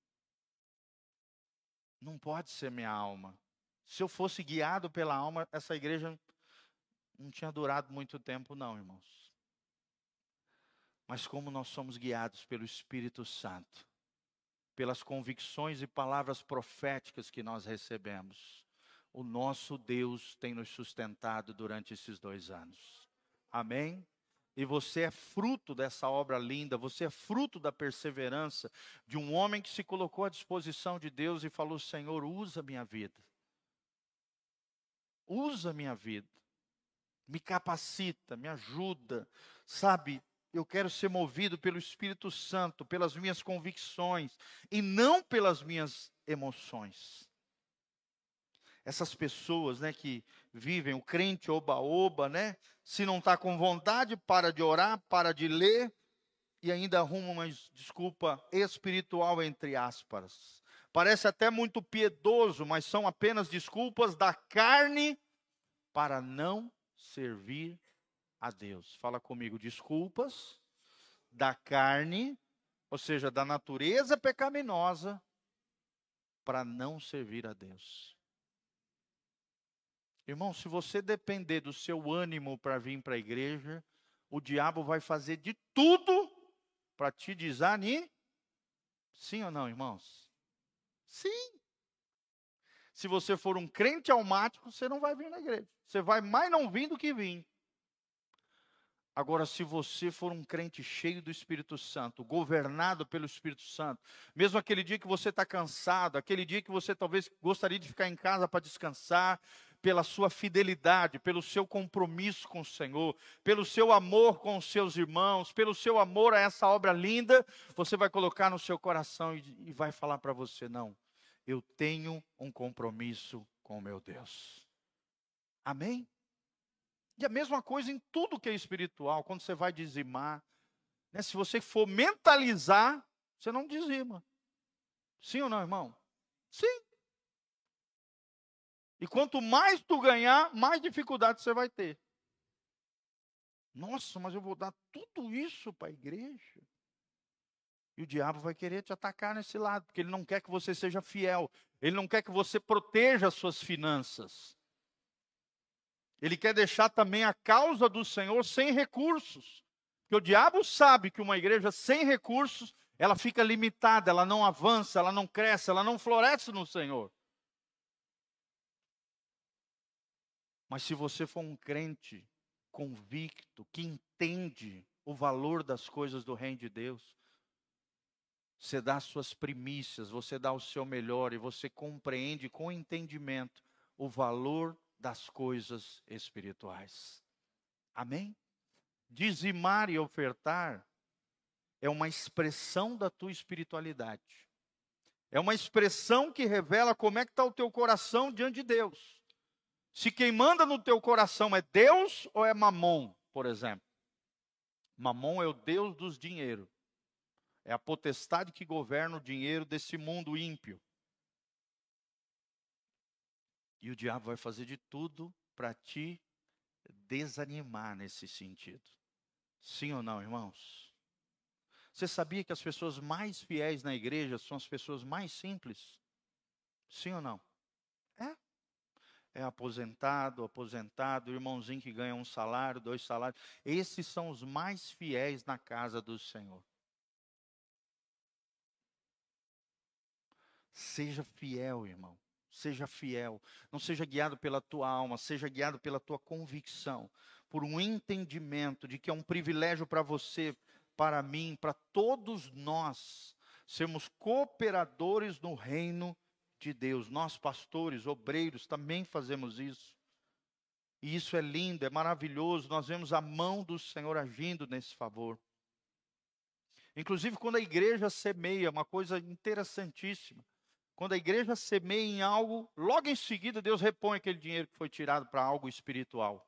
Não pode ser minha alma. Se eu fosse guiado pela alma, essa igreja não tinha durado muito tempo, não, irmãos. Mas como nós somos guiados pelo Espírito Santo, pelas convicções e palavras proféticas que nós recebemos, o nosso Deus tem nos sustentado durante esses dois anos. Amém? E você é fruto dessa obra linda, você é fruto da perseverança de um homem que se colocou à disposição de Deus e falou, Senhor, usa minha vida. Usa minha vida. Me capacita, me ajuda, sabe? Eu quero ser movido pelo Espírito Santo, pelas minhas convicções, e não pelas minhas emoções. Essas pessoas, né, que vivem o crente oba-oba, né? Se não está com vontade, para de orar, para de ler, e ainda arruma uma desculpa espiritual, entre aspas. Parece até muito piedoso, mas são apenas desculpas da carne para não servir a Deus. Fala comigo, desculpas da carne, ou seja, da natureza pecaminosa, para não servir a Deus. Irmão, se você depender do seu ânimo para vir para a igreja, o diabo vai fazer de tudo para te desanimar. Sim ou não, irmãos? Sim. Se você for um crente almático, você não vai vir na igreja. Você vai mais não vir do que vir. Agora, se você for um crente cheio do Espírito Santo, governado pelo Espírito Santo, mesmo aquele dia que você está cansado, aquele dia que você talvez gostaria de ficar em casa para descansar, pela sua fidelidade, pelo seu compromisso com o Senhor, pelo seu amor com os seus irmãos, pelo seu amor a essa obra linda, você vai colocar no seu coração e, e vai falar para você, não, eu tenho um compromisso com o meu Deus. Amém? E a mesma coisa em tudo que é espiritual, quando você vai dizimar, né, se você for mentalizar, você não dizima. Sim ou não, irmão? Sim. E quanto mais tu ganhar, mais dificuldade você vai ter. Nossa, mas eu vou dar tudo isso para a igreja. E o diabo vai querer te atacar nesse lado, porque ele não quer que você seja fiel. Ele não quer que você proteja as suas finanças. Ele quer deixar também a causa do Senhor sem recursos. Porque o diabo sabe que uma igreja sem recursos, ela fica limitada, ela não avança, ela não cresce, ela não floresce no Senhor. Mas se você for um crente convicto, que entende o valor das coisas do reino de Deus, você dá as suas primícias, você dá o seu melhor e você compreende com entendimento o valor das coisas espirituais. Amém? Dizimar e ofertar é uma expressão da tua espiritualidade. É uma expressão que revela como é que está o teu coração diante de Deus. Se quem manda no teu coração é Deus ou é Mamon, por exemplo. Mamon é o Deus dos dinheiros. É a potestade que governa o dinheiro desse mundo ímpio. E o diabo vai fazer de tudo para te desanimar nesse sentido. Sim ou não, irmãos? Você sabia que as pessoas mais fiéis na igreja são as pessoas mais simples? Sim ou não? É. É aposentado, aposentado, irmãozinho que ganha um salário, dois salários. Esses são os mais fiéis na casa do Senhor. Seja fiel, irmão. Seja fiel. Não seja guiado pela tua alma, seja guiado pela tua convicção, por um entendimento de que é um privilégio para você, para mim, para todos nós, sermos cooperadores no reino de Deus. Nós, pastores, obreiros, também fazemos isso. E isso é lindo, é maravilhoso. Nós vemos a mão do Senhor agindo nesse favor. Inclusive, quando a igreja semeia, uma coisa interessantíssima. Quando a igreja semeia em algo, logo em seguida Deus repõe aquele dinheiro que foi tirado para algo espiritual.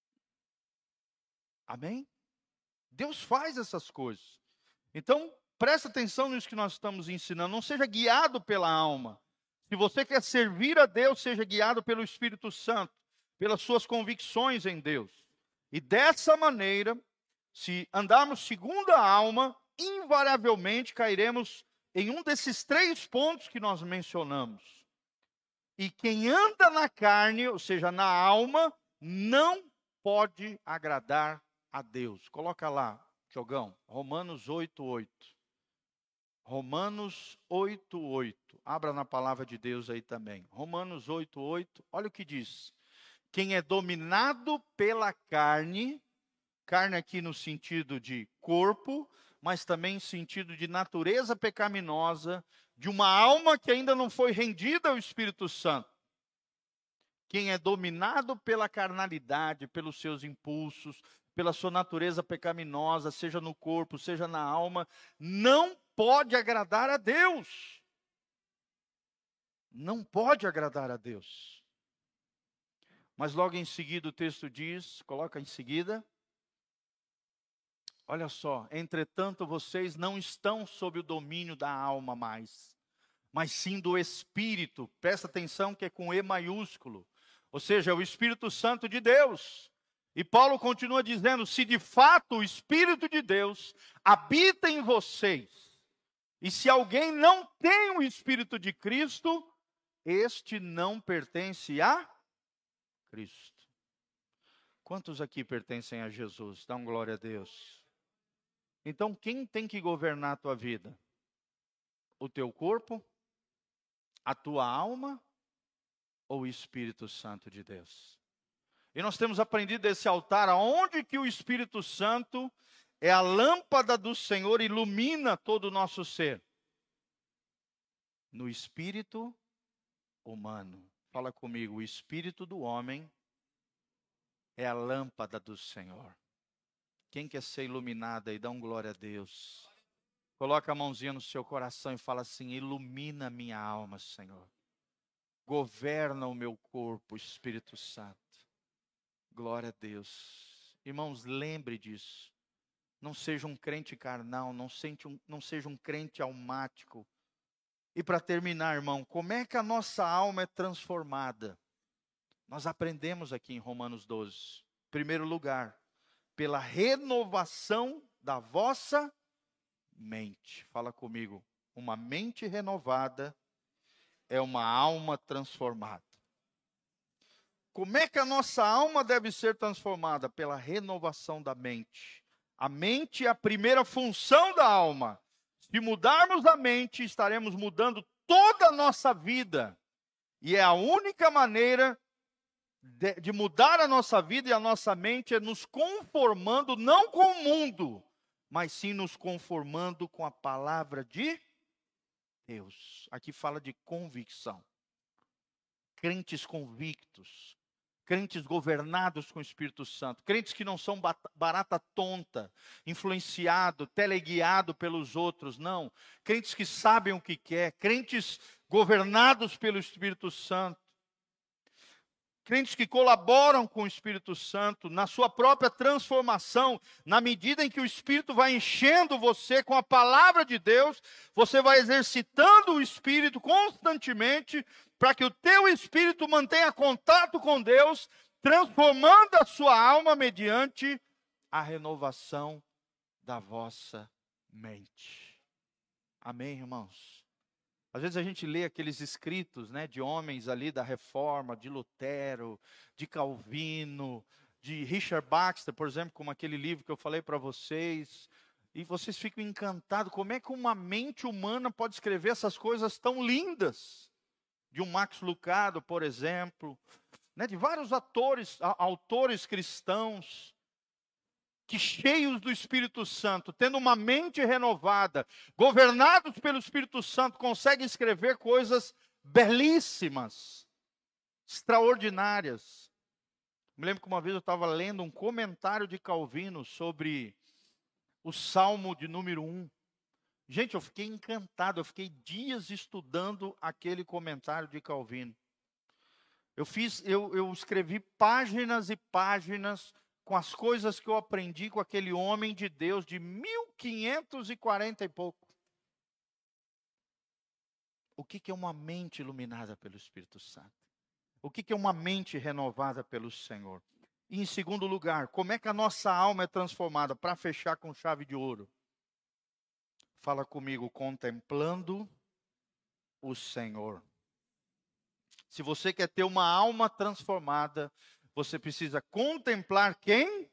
Amém? Deus faz essas coisas. Então, presta atenção nisso que nós estamos ensinando. Não seja guiado pela alma. Se você quer servir a Deus, seja guiado pelo Espírito Santo, pelas suas convicções em Deus. E dessa maneira, se andarmos segundo a alma, invariavelmente cairemos em um desses três pontos que nós mencionamos. E quem anda na carne, ou seja, na alma, não pode agradar a Deus. Coloca lá, Jogão, Romanos oito, oito. Romanos oito, oito. Abra na palavra de Deus aí também. Romanos oito, oito. Olha o que diz. Quem é dominado pela carne, carne aqui no sentido de corpo, mas também em sentido de natureza pecaminosa, de uma alma que ainda não foi rendida ao Espírito Santo. Quem é dominado pela carnalidade, pelos seus impulsos, pela sua natureza pecaminosa, seja no corpo, seja na alma, não pode agradar a Deus. Não pode agradar a Deus. Mas logo em seguida o texto diz, coloca em seguida, olha só, entretanto vocês não estão sob o domínio da alma mais, mas sim do Espírito. Presta atenção que é com E maiúsculo, ou seja, é o Espírito Santo de Deus. E Paulo continua dizendo, se de fato o Espírito de Deus habita em vocês, e se alguém não tem o Espírito de Cristo, este não pertence a Cristo. Quantos aqui pertencem a Jesus? Dão glória a Deus. Então, quem tem que governar a tua vida? O teu corpo? A tua alma? Ou o Espírito Santo de Deus? E nós temos aprendido desse altar, aonde que o Espírito Santo é a lâmpada do Senhor, ilumina todo o nosso ser. No espírito humano. Fala comigo, o espírito do homem é a lâmpada do Senhor. Quem quer ser iluminado aí, dá um glória a Deus. Coloca a mãozinha no seu coração e fala assim, ilumina a minha alma, Senhor. Governa o meu corpo, Espírito Santo. Glória a Deus. Irmãos, lembre disso. Não seja um crente carnal, não, sente um, não seja um crente almático. E para terminar, irmão, como é que a nossa alma é transformada? Nós aprendemos aqui em Romanos doze. Em primeiro lugar, pela renovação da vossa mente. Fala comigo. Uma mente renovada é uma alma transformada. Como é que a nossa alma deve ser transformada? Pela renovação da mente. A mente é a primeira função da alma. Se mudarmos a mente, estaremos mudando toda a nossa vida. E é a única maneira de, de mudar a nossa vida e a nossa mente é nos conformando, não com o mundo, mas sim nos conformando com a palavra de Deus. Aqui fala de convicção. Crentes convictos. Crentes governados com o Espírito Santo. Crentes que não são barata tonta, influenciado, teleguiado pelos outros, não. Crentes que sabem o que quer. Crentes governados pelo Espírito Santo. Crentes que colaboram com o Espírito Santo na sua própria transformação. Na medida em que o Espírito vai enchendo você com a palavra de Deus, você vai exercitando o Espírito constantemente para que o teu espírito mantenha contato com Deus, transformando a sua alma mediante a renovação da vossa mente. Amém, irmãos? Às vezes a gente lê aqueles escritos, né, de homens ali da Reforma, de Lutero, de Calvino, de Richard Baxter, por exemplo, como aquele livro que eu falei para vocês. E vocês ficam encantados, como é que uma mente humana pode escrever essas coisas tão lindas? De um Max Lucado, por exemplo, né, de vários atores, a, autores cristãos, que cheios do Espírito Santo, tendo uma mente renovada, governados pelo Espírito Santo, conseguem escrever coisas belíssimas, extraordinárias. Me lembro que uma vez eu estava lendo um comentário de Calvino sobre o Salmo de número um. Gente, eu fiquei encantado, eu fiquei dias estudando aquele comentário de Calvino. Eu fiz, eu, eu escrevi páginas e páginas com as coisas que eu aprendi com aquele homem de Deus de mil quinhentos e quarenta e pouco. O que, que é uma mente iluminada pelo Espírito Santo? O que, que é uma mente renovada pelo Senhor? E em segundo lugar, como é que a nossa alma é transformada? Para fechar com chave de ouro. Fala comigo, contemplando o Senhor. Se você quer ter uma alma transformada, você precisa contemplar quem?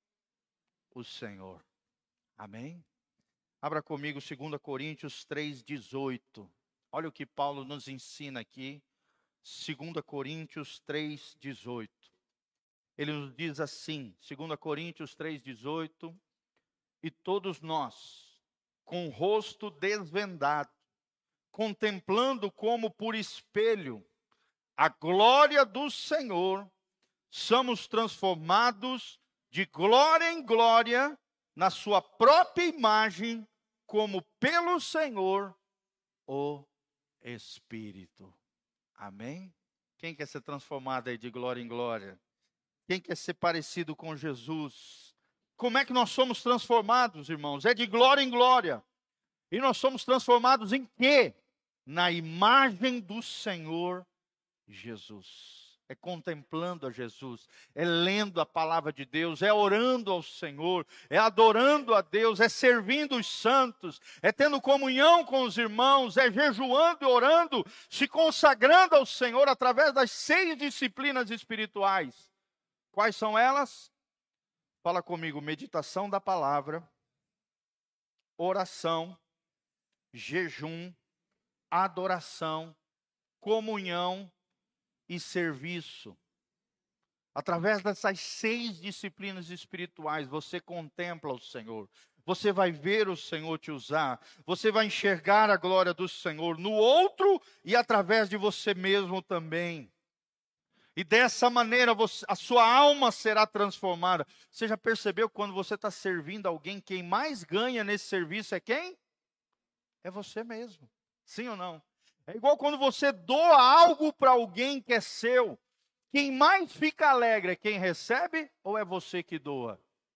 O Senhor. Amém? Abra comigo dois Coríntios três, dezoito. Olha o que Paulo nos ensina aqui. dois Coríntios três, dezoito. Ele nos diz assim, dois Coríntios três, dezoito. E todos nós, com o rosto desvendado, contemplando como por espelho a glória do Senhor, somos transformados de glória em glória na sua própria imagem, como pelo Senhor, o Espírito. Amém? Quem quer ser transformado aí de glória em glória? Quem quer ser parecido com Jesus? Como é que nós somos transformados, irmãos? É de glória em glória. E nós somos transformados em quê? Na imagem do Senhor Jesus. É contemplando a Jesus, é lendo a palavra de Deus, é orando ao Senhor, é adorando a Deus, é servindo os santos, é tendo comunhão com os irmãos, é jejuando e orando, se consagrando ao Senhor através das seis disciplinas espirituais. Quais são elas? Fala comigo, meditação da palavra, oração, jejum, adoração, comunhão e serviço. Através dessas seis disciplinas espirituais, você contempla o Senhor. Você vai ver o Senhor te usar. Você vai enxergar a glória do Senhor no outro e através de você mesmo também. E dessa maneira você, a sua alma será transformada. Você já percebeu que quando você está servindo alguém, quem mais ganha nesse serviço é quem? É você mesmo. Sim ou não? É igual quando você doa algo para alguém que é seu. Quem mais fica alegre é quem recebe ou é você que doa?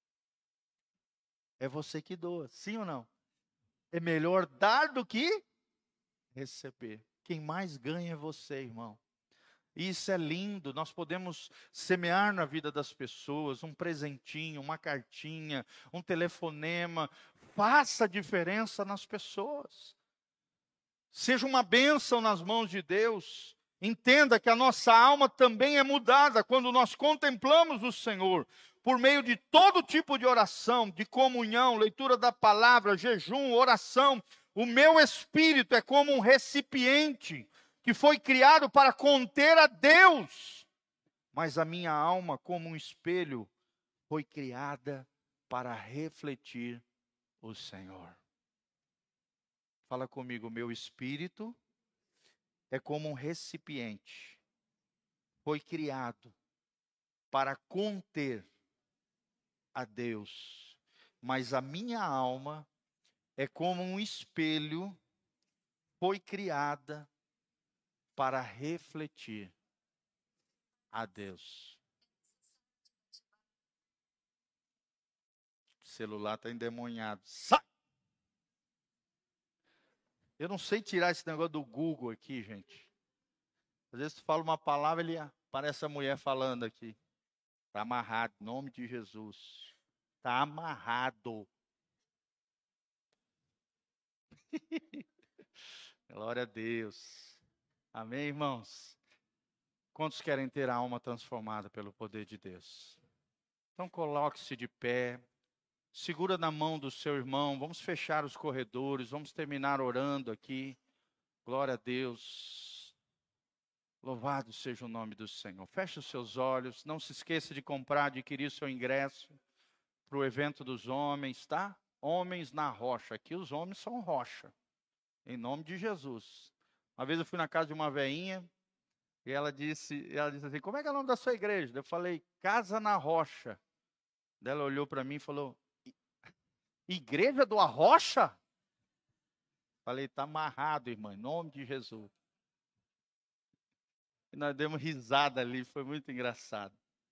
É você que doa, sim ou não? É melhor dar do que receber. Quem mais ganha é você, irmão. Isso é lindo, nós podemos semear na vida das pessoas um presentinho, uma cartinha, um telefonema. Faça a diferença nas pessoas. Seja uma bênção nas mãos de Deus. Entenda que a nossa alma também é mudada quando nós contemplamos o Senhor, por meio de todo tipo de oração, de comunhão, leitura da palavra, jejum, oração. O meu espírito é como um recipiente que foi criado para conter a Deus, mas a minha alma, como um espelho, foi criada para refletir o Senhor. Fala comigo, meu espírito é como um recipiente, foi criado para conter a Deus, mas a minha alma é como um espelho, foi criada para refletir a Deus. O celular está endemoniado. Sai! Eu não sei tirar esse negócio do Google aqui, gente. Às vezes tu fala uma palavra, ele aparece a mulher falando aqui. Está amarrado, em nome de Jesus. Está amarrado. Glória a Deus. Amém, irmãos? Quantos querem ter a alma transformada pelo poder de Deus? Então coloque-se de pé. segura na mão do seu irmão, vamos fechar os corredores, vamos terminar orando aqui. Glória a Deus. Louvado seja o nome do Senhor. Feche os seus olhos, não se esqueça de comprar, adquirir seu ingresso para o evento dos homens, tá? Homens na rocha, aqui os homens são rocha, em nome de Jesus. Uma vez eu fui na casa de uma veinha, e ela disse, ela disse assim, como é que é o nome da sua igreja? Eu falei, Casa na Rocha. Ela olhou para mim e falou, Igreja do Arrocha? Falei, está amarrado, irmã, em nome de Jesus. E nós demos risada ali, foi muito engraçado.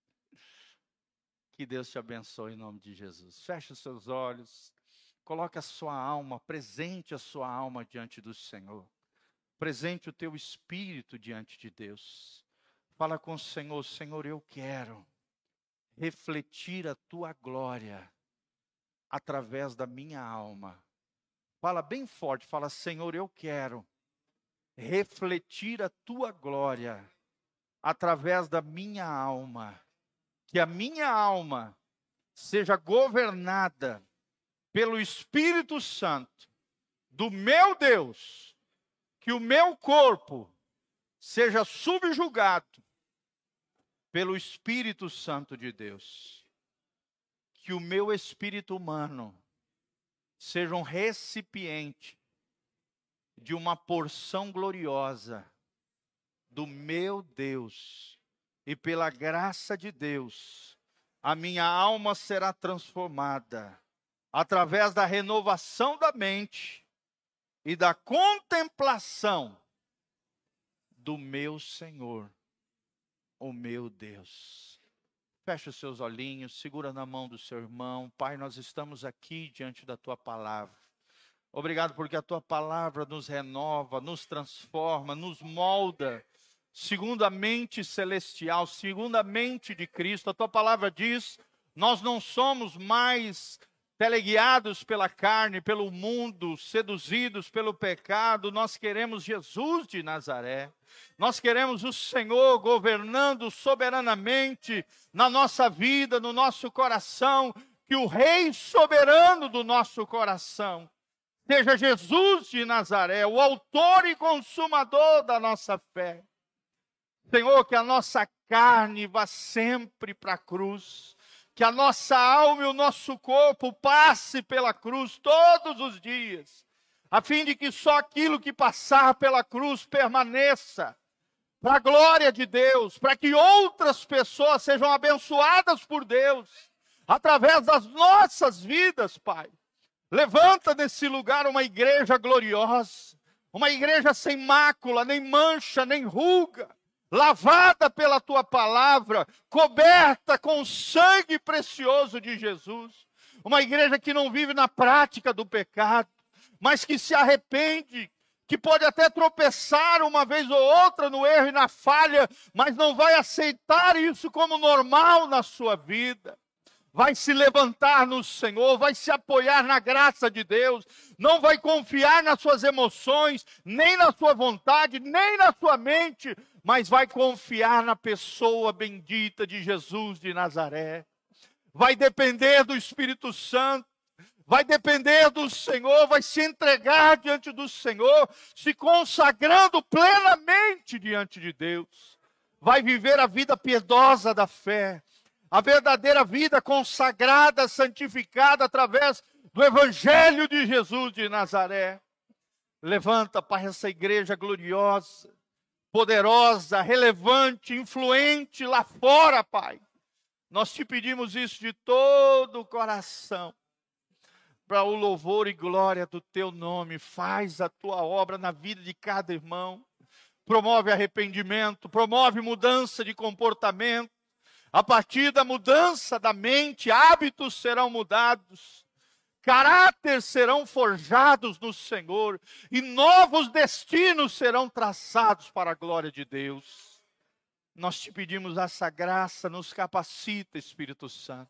Que Deus te abençoe em nome de Jesus. Feche os seus olhos, coloque a sua alma, presente a sua alma diante do Senhor. Presente o teu espírito diante de Deus. Fala com o Senhor, Senhor, eu quero refletir a tua glória através da minha alma. Fala bem forte, fala, Senhor, eu quero refletir a tua glória através da minha alma. Que a minha alma seja governada pelo Espírito Santo do meu Deus. Que o meu corpo seja subjugado pelo Espírito Santo de Deus. Que o meu espírito humano seja um recipiente de uma porção gloriosa do meu Deus. E pela graça de Deus, a minha alma será transformada através da renovação da mente e da contemplação do meu Senhor, o meu Deus. Feche os seus olhinhos, segura na mão do seu irmão. Pai, nós estamos aqui diante da tua palavra. Obrigado porque a tua palavra nos renova, nos transforma, nos molda, segundo a mente celestial, segundo a mente de Cristo. A tua palavra diz, nós não somos mais teleguiados pela carne, pelo mundo, seduzidos pelo pecado. Nós queremos Jesus de Nazaré. Nós queremos o Senhor governando soberanamente na nossa vida, no nosso coração. Que o Rei soberano do nosso coração seja Jesus de Nazaré, o autor e consumador da nossa fé. Senhor, que a nossa carne vá sempre para a cruz. Que a nossa alma e o nosso corpo passe pela cruz todos os dias, a fim de que só aquilo que passar pela cruz permaneça, para a glória de Deus, para que outras pessoas sejam abençoadas por Deus, através das nossas vidas, Pai. Levanta nesse lugar uma igreja gloriosa, uma igreja sem mácula, nem mancha, nem ruga, lavada pela tua palavra, coberta com o sangue precioso de Jesus. Uma igreja que não vive na prática do pecado, mas que se arrepende, que pode até tropeçar uma vez ou outra no erro e na falha, mas não vai aceitar isso como normal na sua vida. Vai se levantar no Senhor, vai se apoiar na graça de Deus, não vai confiar nas suas emoções, nem na sua vontade, nem na sua mente, mas vai confiar na pessoa bendita de Jesus de Nazaré. Vai depender do Espírito Santo, vai depender do Senhor, vai se entregar diante do Senhor, se consagrando plenamente diante de Deus. Vai viver a vida piedosa da fé, a verdadeira vida consagrada, santificada através do Evangelho de Jesus de Nazaré. Levanta, Pai, essa igreja gloriosa, poderosa, relevante, influente lá fora, Pai. Nós te pedimos isso de todo o coração, para o louvor e glória do teu nome. Faz a tua obra na vida de cada irmão. Promove arrependimento, promove mudança de comportamento. A partir da mudança da mente, hábitos serão mudados, caráter serão forjados no Senhor, e novos destinos serão traçados para a glória de Deus. Nós te pedimos essa graça, nos capacita, Espírito Santo,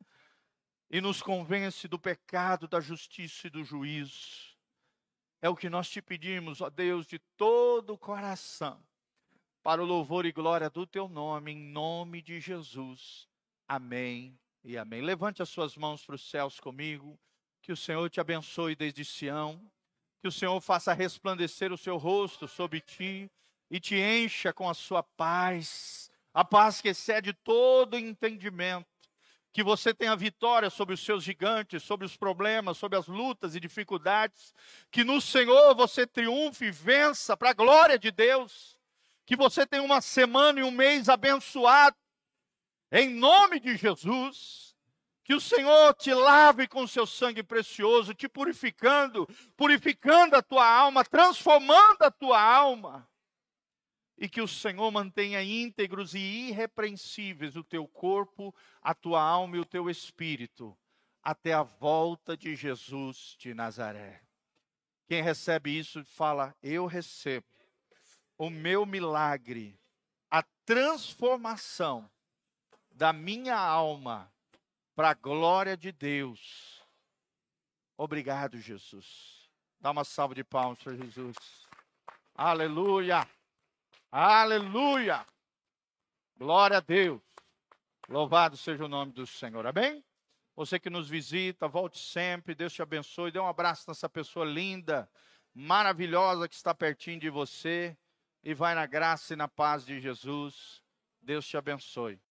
e nos convence do pecado, da justiça e do juízo. É o que nós te pedimos, ó Deus, de todo o coração, para o louvor e glória do teu nome, em nome de Jesus. Amém E amém. Levante as suas mãos para os céus comigo. Que o Senhor te abençoe desde Sião. Que o Senhor faça resplandecer o seu rosto sobre ti e te encha com a sua paz. A paz que excede todo entendimento. Que você tenha vitória sobre os seus gigantes, sobre os problemas, sobre as lutas e dificuldades. Que no Senhor você triunfe e vença para a glória de Deus. Que você tenha uma semana e um mês abençoado. Em nome de Jesus. Que o Senhor te lave com o seu sangue precioso, te purificando, purificando a tua alma, transformando a tua alma. E que o Senhor mantenha íntegros e irrepreensíveis o teu corpo, a tua alma e o teu espírito, até a volta de Jesus de Nazaré. Quem recebe isso fala, eu recebo o meu milagre, a transformação da minha alma para a glória de Deus. Obrigado, Jesus. Dá uma salva de palmas para Jesus. Aleluia. Aleluia! Glória a Deus! Louvado seja o nome do Senhor, amém? Você que nos visita, volte sempre, Deus te abençoe. Dê um abraço nessa pessoa linda, maravilhosa que está pertinho de você. E vai na graça e na paz de Jesus. Deus te abençoe.